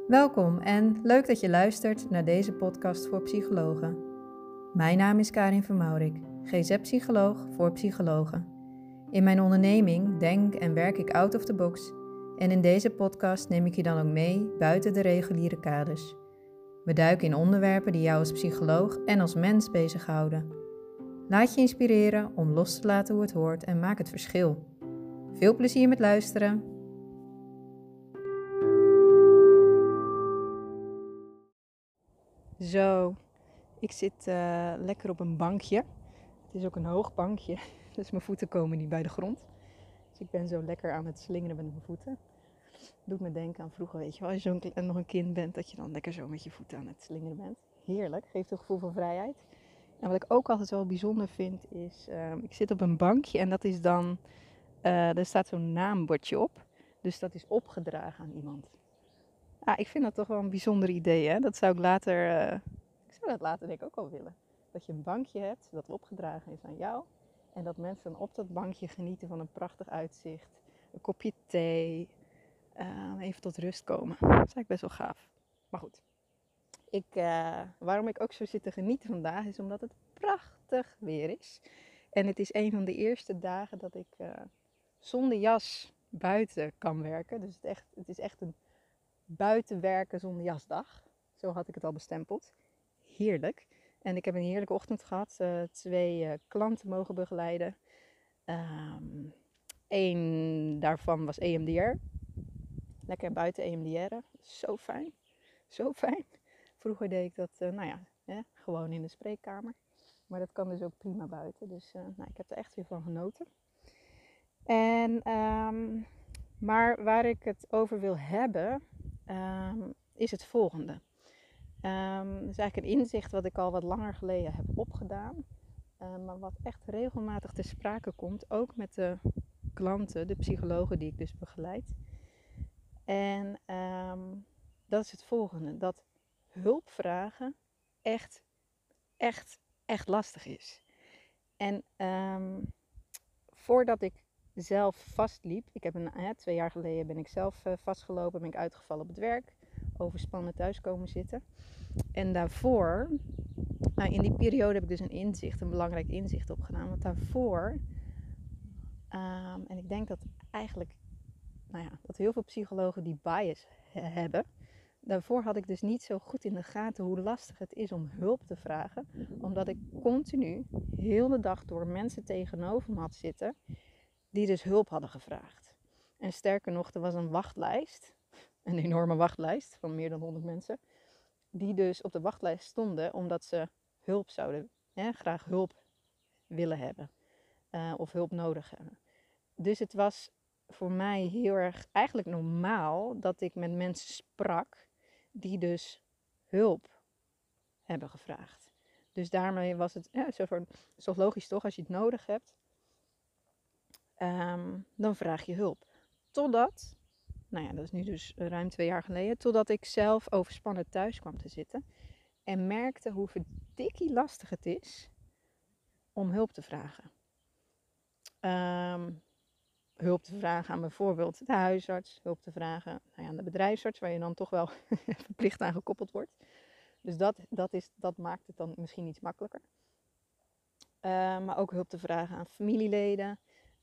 Welkom en leuk dat je luistert naar deze podcast voor psychologen. Mijn naam is Karin Vermaurik, GZ-psycholoog voor psychologen. In mijn onderneming denk en werk ik out of the box en in deze podcast neem ik je dan ook mee buiten de reguliere kaders. We duiken in onderwerpen die jou als psycholoog en als mens bezighouden. Laat je inspireren om los te laten hoe het hoort en maak het verschil. Veel plezier met luisteren! Zo, ik zit lekker op een bankje. Het is ook een hoog bankje, dus mijn voeten komen niet bij de grond. Dus ik ben zo lekker aan het slingeren met mijn voeten. Doet me denken aan vroeger, weet je wel, als je nog een kind bent, dat je dan lekker zo met je voeten aan het slingeren bent. Heerlijk, geeft een gevoel van vrijheid. En wat ik ook altijd wel bijzonder vind is, ik zit op een bankje en dat is dan, er staat zo'n naambordje op. Dus dat is opgedragen aan iemand. Ik vind dat toch wel een bijzonder idee, hè? Dat zou ik later, ik zou dat later denk ik ook wel willen. Dat je een bankje hebt dat opgedragen is aan jou. En dat mensen op dat bankje genieten van een prachtig uitzicht. Een kopje thee. Even tot rust komen. Dat is eigenlijk best wel gaaf. Maar goed. Waarom ik ook zo zit te genieten vandaag is omdat het prachtig weer is. En het is een van de eerste dagen dat ik zonder jas buiten kan werken. Dus het is echt een buiten werken zonder jasdag. Zo had ik het al bestempeld. Heerlijk. En ik heb een heerlijke ochtend gehad. 2 klanten mogen begeleiden. Eén daarvan was EMDR. Lekker buiten EMDR'en. Zo fijn. Zo fijn. Vroeger deed ik dat gewoon in de spreekkamer. Maar dat kan dus ook prima buiten. Dus ik heb er echt weer van genoten. Maar waar ik het over wil hebben, is het volgende. Dat is eigenlijk een inzicht wat ik al wat langer geleden heb opgedaan. Maar wat echt regelmatig ter sprake komt, ook met de klanten, de psychologen die ik dus begeleid. En dat is het volgende, dat hulpvragen echt lastig is. En voordat ik zelf vastliep, 2 jaar geleden ben ik zelf vastgelopen, ben ik uitgevallen op het werk, overspannen thuis komen zitten. En daarvoor, in die periode heb ik dus een belangrijk inzicht opgedaan. Want daarvoor, en ik denk dat eigenlijk, dat heel veel psychologen die bias hebben. Daarvoor had ik dus niet zo goed in de gaten hoe lastig het is om hulp te vragen. Omdat ik continu, heel de dag door, mensen tegenover me had zitten die dus hulp hadden gevraagd. En sterker nog, er was een wachtlijst, een enorme wachtlijst van meer dan 100 mensen, die dus op de wachtlijst stonden omdat ze graag hulp willen hebben of hulp nodig hebben. Dus het was voor mij heel erg eigenlijk normaal dat ik met mensen sprak die dus hulp hebben gevraagd. Dus daarmee was het is toch logisch toch, als je het nodig hebt, dan vraag je hulp. Totdat, dat is nu dus ruim 2 jaar geleden, totdat ik zelf overspannen thuis kwam te zitten en merkte hoe verdikkie lastig het is om hulp te vragen. Hulp te vragen aan bijvoorbeeld de huisarts, hulp te vragen aan de bedrijfsarts, waar je dan toch wel verplicht aan gekoppeld wordt. Dus dat maakt het dan misschien iets makkelijker. Maar ook hulp te vragen aan familieleden.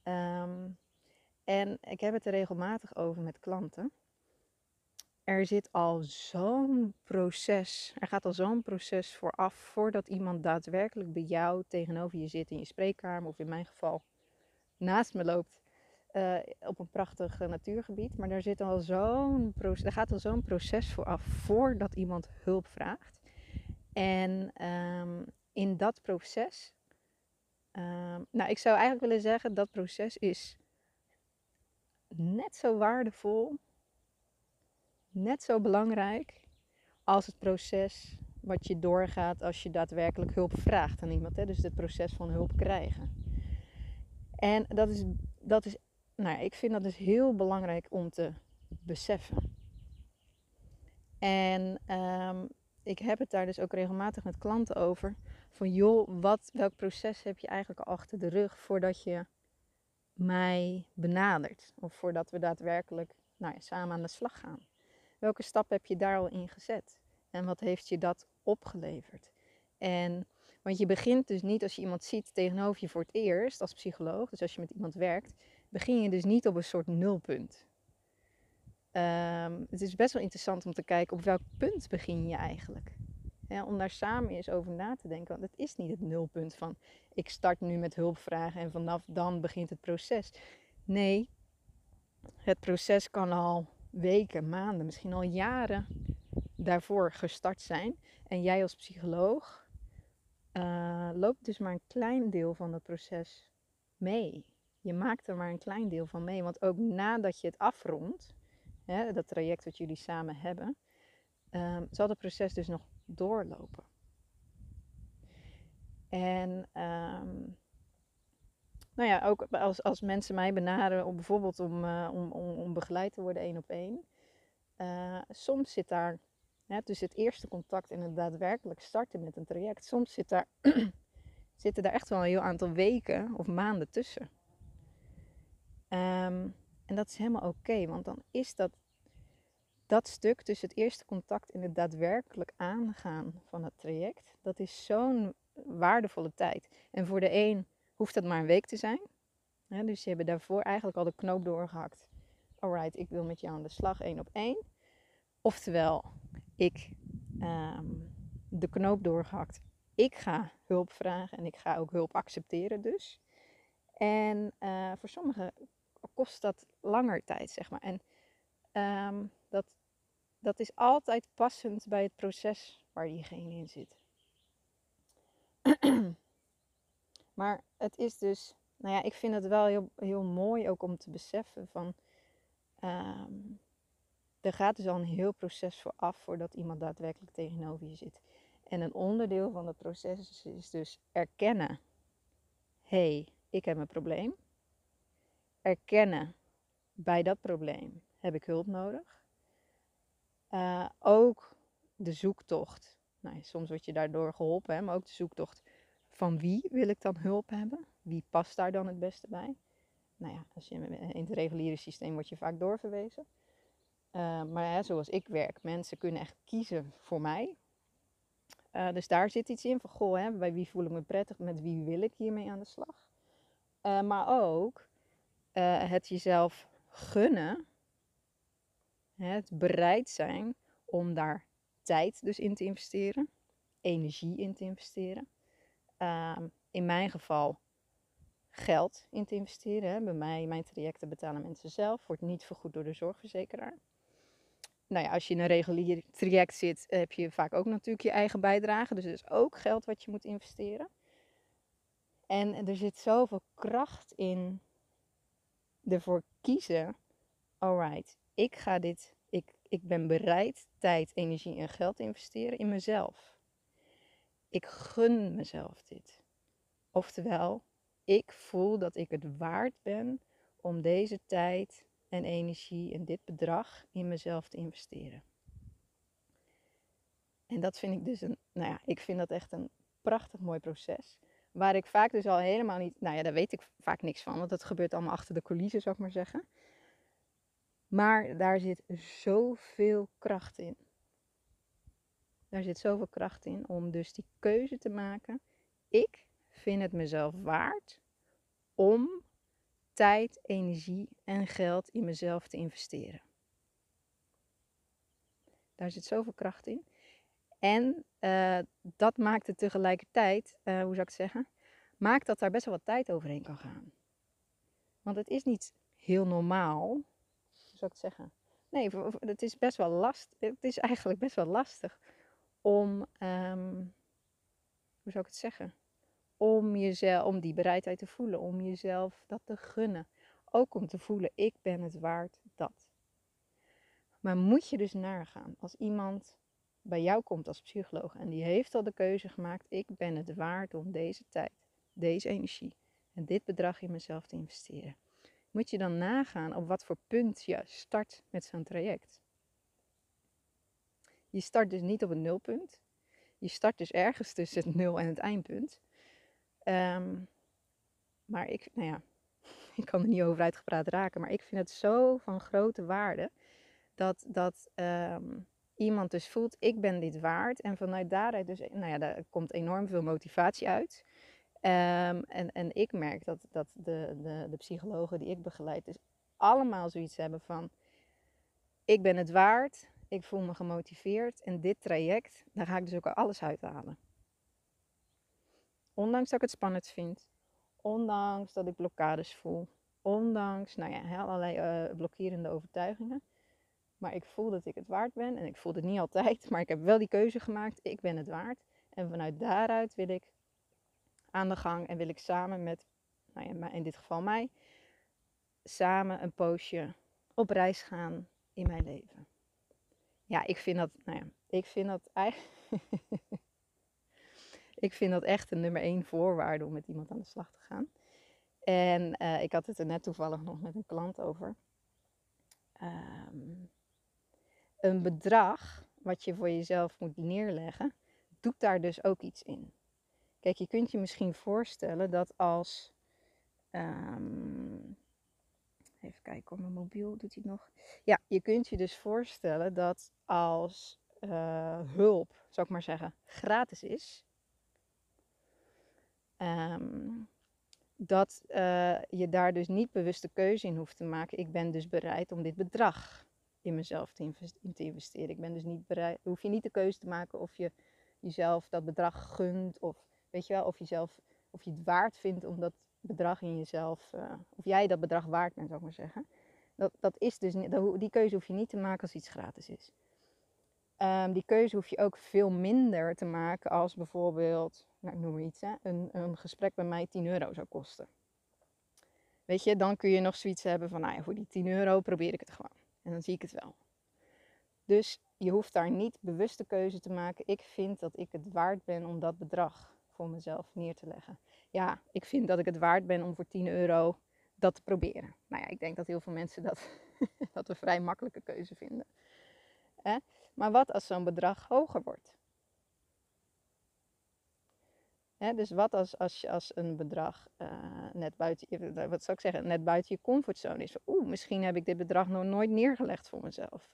En ik heb het er regelmatig over met klanten. Er gaat al zo'n proces vooraf voordat iemand daadwerkelijk bij jou tegenover je zit in je spreekkamer of in mijn geval naast me loopt op een prachtig natuurgebied. Maar er gaat al zo'n proces vooraf voordat iemand hulp vraagt. En in dat proces, ik zou eigenlijk willen zeggen dat proces is net zo waardevol, net zo belangrijk als het proces wat je doorgaat als je daadwerkelijk hulp vraagt aan iemand. Hè? Dus het proces van hulp krijgen. En ik vind dat dus heel belangrijk om te beseffen. En ik heb het daar dus ook regelmatig met klanten over. Van welk proces heb je eigenlijk al achter de rug voordat je mij benadert? Of voordat we daadwerkelijk samen aan de slag gaan. Welke stap heb je daar al in gezet? En wat heeft je dat opgeleverd? Want je begint dus niet, als je iemand ziet tegenover je voor het eerst als psycholoog, dus als je met iemand werkt, begin je dus niet op een soort nulpunt. Het is best wel interessant om te kijken op welk punt begin je eigenlijk. Om daar samen eens over na te denken. Want het is niet het nulpunt van ik start nu met hulpvragen en vanaf dan begint het proces. Nee, het proces kan al weken, maanden, misschien al jaren daarvoor gestart zijn. En jij als psycholoog loopt dus maar een klein deel van het proces mee. Je maakt er maar een klein deel van mee. Want ook nadat je het afrondt, dat traject wat jullie samen hebben, zal het proces dus nog doorlopen. En nou ja, ook als mensen mij benaderen, bijvoorbeeld om begeleid te worden 1-op-1. Soms zit daar, tussen het eerste contact en het daadwerkelijk starten met een traject, soms zitten daar echt wel een heel aantal weken of maanden tussen. En dat is helemaal oké, want dan is dat stuk tussen het eerste contact en het daadwerkelijk aangaan van het traject, dat is zo'n waardevolle tijd. En voor de een hoeft dat maar een week te zijn. Dus ze hebben daarvoor eigenlijk al de knoop doorgehakt. Alright, ik wil met jou aan de slag 1-op-1. Oftewel, ik de knoop doorgehakt. Ik ga hulp vragen en ik ga ook hulp accepteren dus. En voor sommigen kost dat langer tijd, zeg maar. En dat is altijd passend bij het proces waar diegene in zit. Maar het is dus, nou ja, ik vind het wel heel, heel mooi ook om te beseffen van, er gaat dus al een heel proces vooraf voordat iemand daadwerkelijk tegenover je zit. En een onderdeel van het proces is dus erkennen, hé, ik heb een probleem. Erkennen, bij dat probleem heb ik hulp nodig. Ook de zoektocht. Nou, soms word je daardoor geholpen, hè, maar ook de zoektocht. Van wie wil ik dan hulp hebben? Wie past daar dan het beste bij? Nou ja, in het reguliere systeem word je vaak doorverwezen. Maar zoals ik werk, mensen kunnen echt kiezen voor mij. Dus daar zit iets in van, goh, bij wie voel ik me prettig, met wie wil ik hiermee aan de slag. Maar ook het jezelf gunnen, het bereid zijn om daar tijd dus in te investeren, energie in te investeren. In mijn geval geld in te investeren. Bij mij, mijn trajecten betalen mensen zelf, wordt niet vergoed door de zorgverzekeraar. Nou ja, als je in een regulier traject zit, heb je vaak ook natuurlijk je eigen bijdrage. Dus er is ook geld wat je moet investeren. En er zit zoveel kracht in ervoor kiezen. Alright, ik ben bereid tijd, energie en geld te investeren in mezelf. Ik gun mezelf dit. Oftewel, ik voel dat ik het waard ben om deze tijd en energie en dit bedrag in mezelf te investeren. En dat vind ik dus ik vind dat echt een prachtig mooi proces. Waar ik vaak dus al helemaal niet, daar weet ik vaak niks van, want dat gebeurt allemaal achter de coulissen, zou ik maar zeggen. Maar daar zit zoveel kracht in. Daar zit zoveel kracht in om dus die keuze te maken. Ik vind het mezelf waard om tijd, energie en geld in mezelf te investeren. Daar zit zoveel kracht in. En dat maakt het tegelijkertijd, hoe zou ik het zeggen, maakt dat daar best wel wat tijd overheen kan gaan. Want het is niet heel normaal, hoe zou ik het zeggen? Nee, het is best wel lastig. Het is eigenlijk best wel lastig om, hoe zou ik het zeggen? Om die bereidheid te voelen, om jezelf dat te gunnen. Ook om te voelen, ik ben het waard dat. Maar moet je dus nagaan, als iemand bij jou komt als psycholoog en die heeft al de keuze gemaakt, ik ben het waard om deze tijd, deze energie en dit bedrag in mezelf te investeren. Moet je dan nagaan op wat voor punt je start met zo'n traject. Je start dus niet op een nulpunt. Je start dus ergens tussen het nul en het eindpunt. Maar ik kan er niet over uitgepraat raken, maar ik vind het zo van grote waarde Dat iemand dus voelt, ik ben dit waard. En vanuit daaruit dus, nou ja, daar komt enorm veel motivatie uit. En ik merk dat de psychologen die ik begeleid dus allemaal zoiets hebben van, ik ben het waard, ik voel me gemotiveerd. En dit traject, daar ga ik dus ook alles uithalen. Ondanks dat ik het spannend vind. Ondanks dat ik blokkades voel. Ondanks, nou ja, allerlei blokkerende overtuigingen. Maar ik voel dat ik het waard ben. En ik voel het niet altijd. Maar ik heb wel die keuze gemaakt. Ik ben het waard. En vanuit daaruit wil ik aan de gang. En wil ik samen met, nou ja, in dit geval mij. Samen een poosje op reis gaan in mijn leven. Ja, ik vind dat, nou ja, ik vind dat eigenlijk... Ik vind dat echt de nummer 1 voorwaarde om met iemand aan de slag te gaan. En ik had het er net toevallig nog met een klant over. Een bedrag wat je voor jezelf moet neerleggen, doet daar dus ook iets in. Kijk, je kunt je misschien voorstellen dat als... even kijken, op mijn mobiel doet hij het nog. Ja, je kunt je dus voorstellen dat als hulp, zou ik maar zeggen, gratis is... dat je daar dus niet bewust de keuze in hoeft te maken. Ik ben dus bereid om dit bedrag in mezelf te investeren. Ik ben dus niet bereid, hoef je niet de keuze te maken of je jezelf dat bedrag gunt. Of weet je wel, of je het waard vindt om dat bedrag in jezelf, of jij dat bedrag waard bent, zou ik maar zeggen. Dat is dus niet, die keuze hoef je niet te maken als iets gratis is. Die keuze hoef je ook veel minder te maken als bijvoorbeeld, nou, ik noem maar iets, hè, een gesprek bij mij 10 euro zou kosten. Weet je, dan kun je nog zoiets hebben van, nou ja, voor die 10 euro probeer ik het gewoon. En dan zie ik het wel. Dus je hoeft daar niet bewust de keuze te maken. Ik vind dat ik het waard ben om dat bedrag voor mezelf neer te leggen. Ja, ik vind dat ik het waard ben om voor 10 euro dat te proberen. Nou ja, ik denk dat heel veel mensen dat een vrij makkelijke keuze vinden. Maar wat als zo'n bedrag hoger wordt? Dus wat als een bedrag net buiten, wat zou ik zeggen, net buiten je comfortzone is. Misschien heb ik dit bedrag nog nooit neergelegd voor mezelf.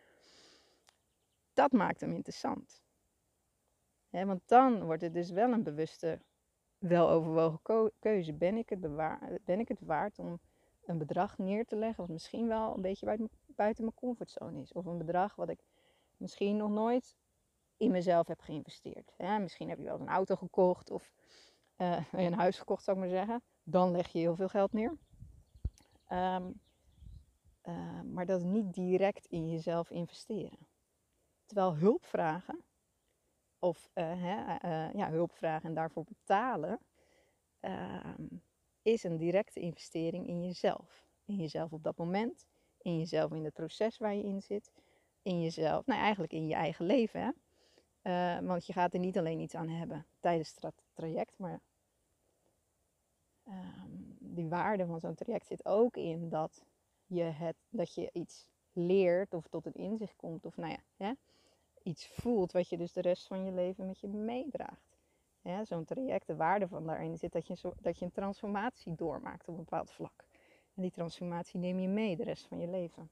Dat maakt hem interessant. Want dan wordt het dus wel een bewuste, weloverwogen keuze. Ben ik het waard om een bedrag neer te leggen wat misschien wel een beetje buiten mijn comfortzone is. Of een bedrag wat ik misschien nog nooit in mezelf heb geïnvesteerd. Misschien heb je wel een auto gekocht of een huis gekocht, zou ik maar zeggen. Dan leg je heel veel geld neer. Maar dat is niet direct in jezelf investeren. Terwijl hulp vragen, of hulp vragen en daarvoor betalen, is een directe investering in jezelf. In jezelf op dat moment, in jezelf in het proces waar je in zit, in jezelf, nou eigenlijk in je eigen leven. Hè? Want je gaat er niet alleen iets aan hebben tijdens het traject, maar die waarde van zo'n traject zit ook in dat je iets leert of tot een inzicht komt of nou ja, iets voelt wat je dus de rest van je leven met je meedraagt. Zo'n traject, de waarde van daarin zit dat je een transformatie doormaakt op een bepaald vlak. En die transformatie neem je mee de rest van je leven.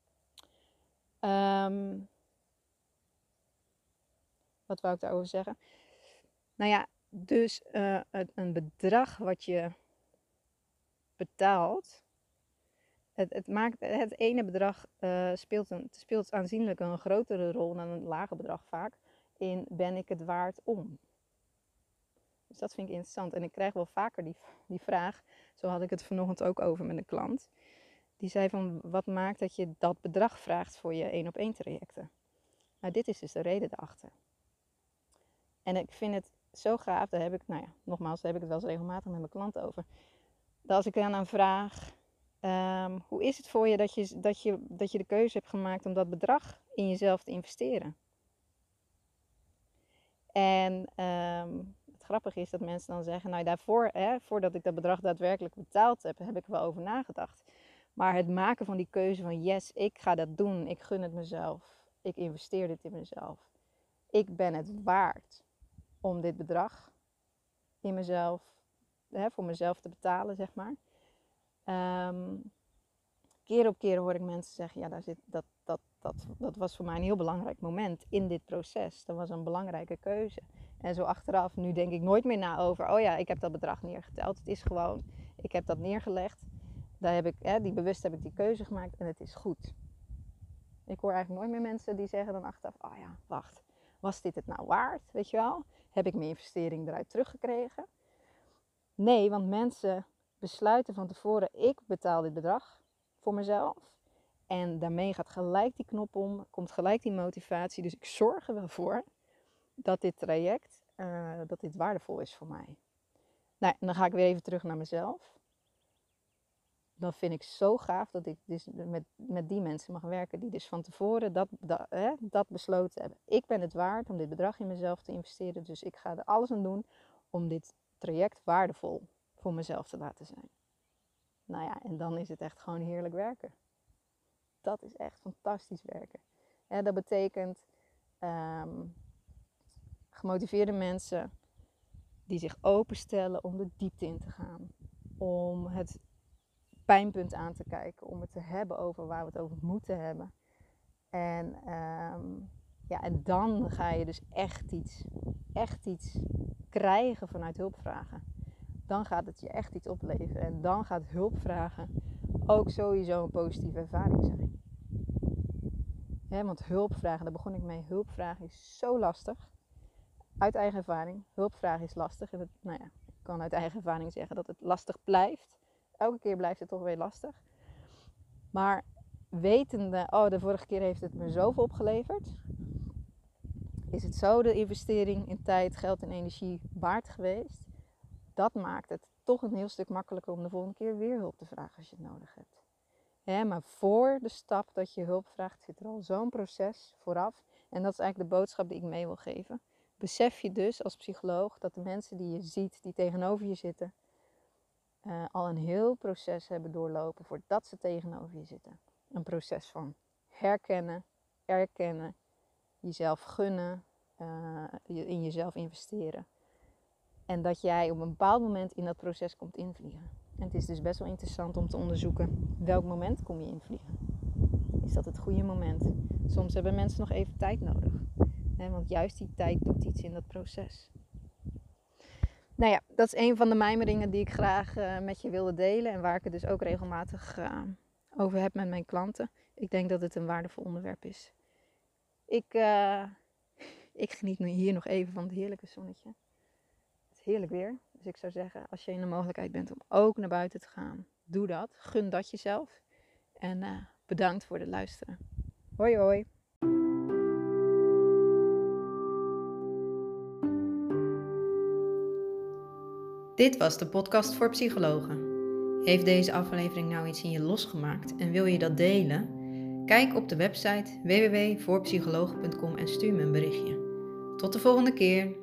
Wat wou ik daarover zeggen? Nou ja, dus een bedrag wat je betaalt. Het ene bedrag speelt aanzienlijk een grotere rol dan een lager bedrag vaak. In ben ik het waard om? Dus dat vind ik interessant. En ik krijg wel vaker die vraag. Zo had ik het vanochtend ook over met een klant. Die zei van, wat maakt dat je dat bedrag vraagt voor je 1-op-1 trajecten? Nou, dit is dus de reden daarachter. En ik vind het zo gaaf, daar heb ik het wel eens regelmatig met mijn klanten over. Dat als ik dan aan vraag, hoe is het voor je dat je de keuze hebt gemaakt om dat bedrag in jezelf te investeren? En het grappige is dat mensen dan zeggen, nou daarvoor, voordat ik dat bedrag daadwerkelijk betaald heb, heb ik er wel over nagedacht. Maar het maken van die keuze van yes, ik ga dat doen, ik gun het mezelf, ik investeer dit in mezelf. Ik ben het waard om dit bedrag in mezelf, voor mezelf te betalen, zeg maar. keer op keer hoor ik mensen zeggen, ja, dat was voor mij een heel belangrijk moment in dit proces. Dat was een belangrijke keuze. En zo achteraf, nu denk ik nooit meer na over, oh ja, ik heb dat bedrag neergeteld. Het is gewoon, ik heb dat neergelegd. Daar heb ik, bewust heb ik die keuze gemaakt en het is goed. Ik hoor eigenlijk nooit meer mensen die zeggen dan achteraf, oh ja, wacht, was dit het nou waard? Weet je wel? Heb ik mijn investering eruit teruggekregen? Nee, want mensen besluiten van tevoren, ik betaal dit bedrag voor mezelf. En daarmee gaat gelijk die knop om, komt gelijk die motivatie. Dus ik zorg er wel voor dat dit traject, dat dit waardevol is voor mij. Nou, en dan ga ik weer even terug naar mezelf. Dan vind ik zo gaaf dat ik dus met die mensen mag werken die dus van tevoren dat besloten hebben. Ik ben het waard om dit bedrag in mezelf te investeren. Dus ik ga er alles aan doen om dit traject waardevol voor mezelf te laten zijn. Nou ja, en dan is het echt gewoon heerlijk werken. Dat is echt fantastisch werken. Dat betekent gemotiveerde mensen die zich openstellen om de diepte in te gaan. Om het pijnpunt aan te kijken. Om het te hebben over waar we het over moeten hebben. En dan ga je dus echt iets krijgen vanuit hulpvragen. Dan gaat het je echt iets opleveren. En dan gaat hulpvragen ook sowieso een positieve ervaring zijn. Want hulpvragen, daar begon ik mee. Hulpvragen is zo lastig. Uit eigen ervaring. Hulpvragen is lastig. En ik kan uit eigen ervaring zeggen dat het lastig blijft. Elke keer blijft het toch weer lastig. Maar wetende, de vorige keer heeft het me zoveel opgeleverd. Is het zo de investering in tijd, geld en energie waard geweest? Dat maakt het toch een heel stuk makkelijker om de volgende keer weer hulp te vragen als je het nodig hebt. Maar voor de stap dat je hulp vraagt zit er al zo'n proces vooraf. En dat is eigenlijk de boodschap die ik mee wil geven. Besef je dus als psycholoog dat de mensen die je ziet, die tegenover je zitten, al een heel proces hebben doorlopen voordat ze tegenover je zitten. Een proces van herkennen, erkennen, jezelf gunnen, in jezelf investeren. En dat jij op een bepaald moment in dat proces komt invliegen. En het is dus best wel interessant om te onderzoeken welk moment kom je invliegen. Is dat het goede moment? Soms hebben mensen nog even tijd nodig. Want juist die tijd doet iets in dat proces. Nou ja, dat is een van de mijmeringen die ik graag met je wilde delen. En waar ik het dus ook regelmatig over heb met mijn klanten. Ik denk dat het een waardevol onderwerp is. Ik geniet nu hier nog even van het heerlijke zonnetje. Het is heerlijk weer. Dus ik zou zeggen, als je in de mogelijkheid bent om ook naar buiten te gaan, doe dat. Gun dat jezelf. En bedankt voor het luisteren. Hoi hoi. Dit was de podcast voor psychologen. Heeft deze aflevering nou iets in je losgemaakt en wil je dat delen? Kijk op de website www.voorpsychologen.com en stuur me een berichtje. Tot de volgende keer!